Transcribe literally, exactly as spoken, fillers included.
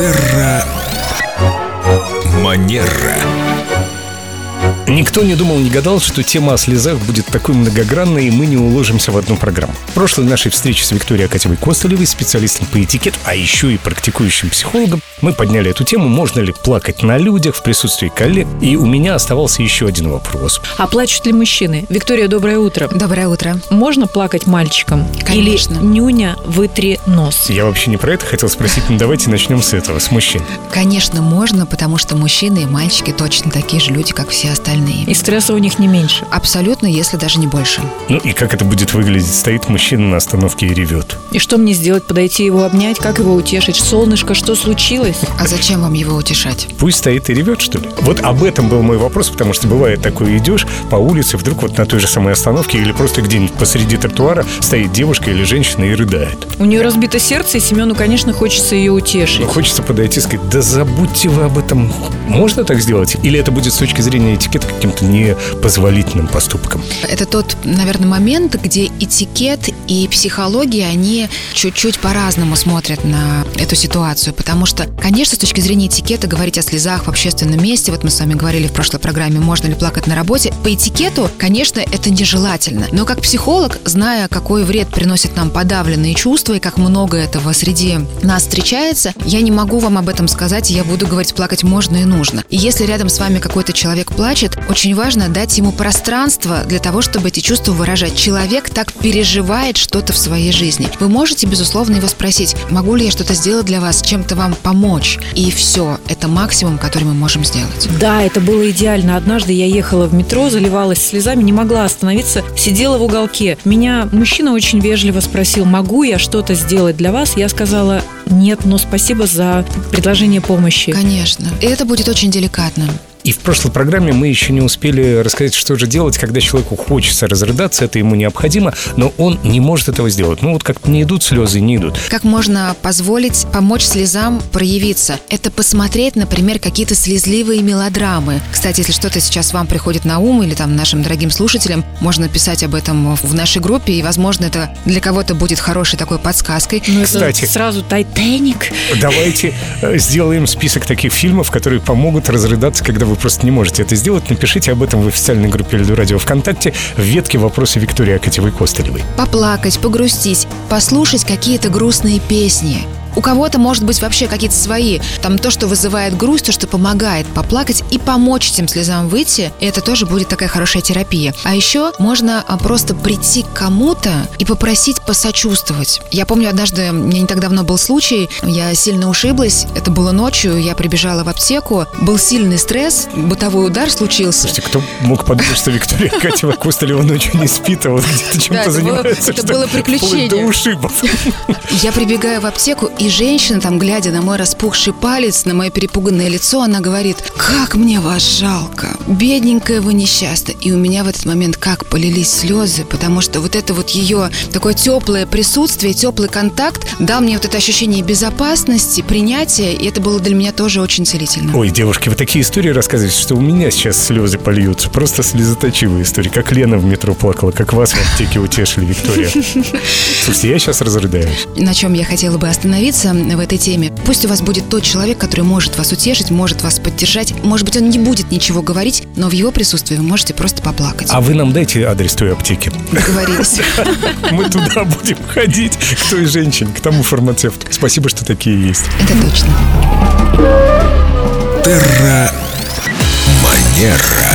Терра Манера. Никто не думал, не гадал, что тема о слезах будет такой многогранной, и мы не уложимся в одну программу. В прошлой нашей встрече с Викторией Акатьевой-Костылевой, специалистом по этикету, а еще и практикующим психологом, мы подняли эту тему, можно ли плакать на людях в присутствии коллег. И у меня оставался еще один вопрос. А плачут ли мужчины? Виктория, доброе утро. Доброе утро. Можно плакать мальчикам? Конечно. Или нюня, вытри нос? Я вообще не про это хотел спросить, но давайте начнем с этого, с мужчин. Конечно, можно, потому что мужчины и мальчики точно такие же люди, как все остальные. И стресса у них не меньше. Абсолютно, если даже не больше. Ну и как это будет выглядеть? Стоит мужчина на остановке и ревет. И что мне сделать? Подойти его обнять? Как его утешить? Солнышко, что случилось? А зачем вам его утешать? Пусть стоит и ревет, что ли? Вот об этом был мой вопрос, потому что бывает такое, идешь по улице, вдруг вот на той же самой остановке или просто где-нибудь посреди тротуара стоит девушка или женщина и рыдает. У нее разбито сердце, и Семену, конечно, хочется ее утешить. Но хочется подойти и сказать: да забудьте вы об этом. Можно так сделать? Или это будет с точки зрения этикета каким-то непозволительным поступком? Это тот, наверное, момент, где этикет и психология, они чуть-чуть по-разному смотрят на эту ситуацию. Потому что, конечно, с точки зрения этикета говорить о слезах в общественном месте, вот мы с вами говорили в прошлой программе, можно ли плакать на работе, по этикету, конечно, это нежелательно. Но как психолог, зная, какой вред приносит нам подавленные чувства и как много этого среди нас встречается, я не могу вам об этом сказать, и я буду говорить, плакать можно и нужно. И если рядом с вами какой-то человек плачет, очень важно дать ему пространство для того, чтобы эти чувства выражать. Человек так переживает что-то в своей жизни. Вы можете, безусловно, его спросить: могу ли я что-то сделать для вас, чем-то вам помочь? И все. Это максимум, который мы можем сделать. Да, это было идеально. Однажды я ехала в метро, заливалась слезами, не могла остановиться, сидела в уголке. Меня мужчина очень вежливо спросил: могу я что-то сделать для вас? Я сказала: нет, но спасибо за предложение помощи. Конечно. И это будет очень деликатно. И в прошлой программе мы еще не успели рассказать, что же делать, когда человеку хочется разрыдаться, это ему необходимо, но он не может этого сделать. Ну вот как не идут слезы, не идут. Как можно позволить помочь слезам проявиться? Это посмотреть, например, какие-то слезливые мелодрамы. Кстати, если что-то сейчас вам приходит на ум или там нашим дорогим слушателям, можно писать об этом в нашей группе, и, возможно, это для кого-то будет хорошей такой подсказкой. Ну, кстати, сразу «Титаник». Давайте сделаем список таких фильмов, которые помогут разрыдаться, когда вы просто не можете это сделать. Напишите об этом в официальной группе Эльдо Радио ВКонтакте в ветке «Вопросы Виктории Акатьевой-Костылевой». Поплакать, погрустить, послушать какие-то грустные песни. У кого-то, может быть, вообще какие-то свои. Там то, что вызывает грусть, то, что помогает поплакать и помочь этим слезам выйти. И это тоже будет такая хорошая терапия. А еще можно просто прийти к кому-то и попросить посочувствовать. Я помню, однажды, у меня не так давно был случай, я сильно ушиблась, это было ночью, я прибежала в аптеку, был сильный стресс, бытовой удар случился. Слушайте, кто мог подумать, что Виктория Акатьева-Костылева ночью не спит, а вот где-то чем-то да, занимается? Это было приключение. Вплоть до ушибов. Я прибегаю в аптеку, и женщина, там, глядя на мой распухший палец, на мое перепуганное лицо, она говорит: как мне вас жалко, бедненькая вы несчастная. И у меня в этот момент как полились слезы, потому что вот это вот ее такое теплое присутствие, теплый контакт дал мне вот это ощущение безопасности, принятия, и это было для меня тоже очень целительно. Ой, девушки, вы такие истории рассказываете, что у меня сейчас слезы польются. Просто слезоточивые истории. Как Лена в метро плакала, как вас в аптеке утешили, Виктория. Слушайте, я сейчас разрыдаюсь. На чем я хотела бы остановиться в этой теме. Пусть у вас будет тот человек, который может вас утешить, может вас поддержать. Может быть, он не будет ничего говорить, но в его присутствии вы можете просто поплакать. А вы нам дайте адрес той аптеки. Договорились. Мы туда будем ходить, к той женщине, к тому фармацевту. Спасибо, что такие есть. Это точно. Терра Манера.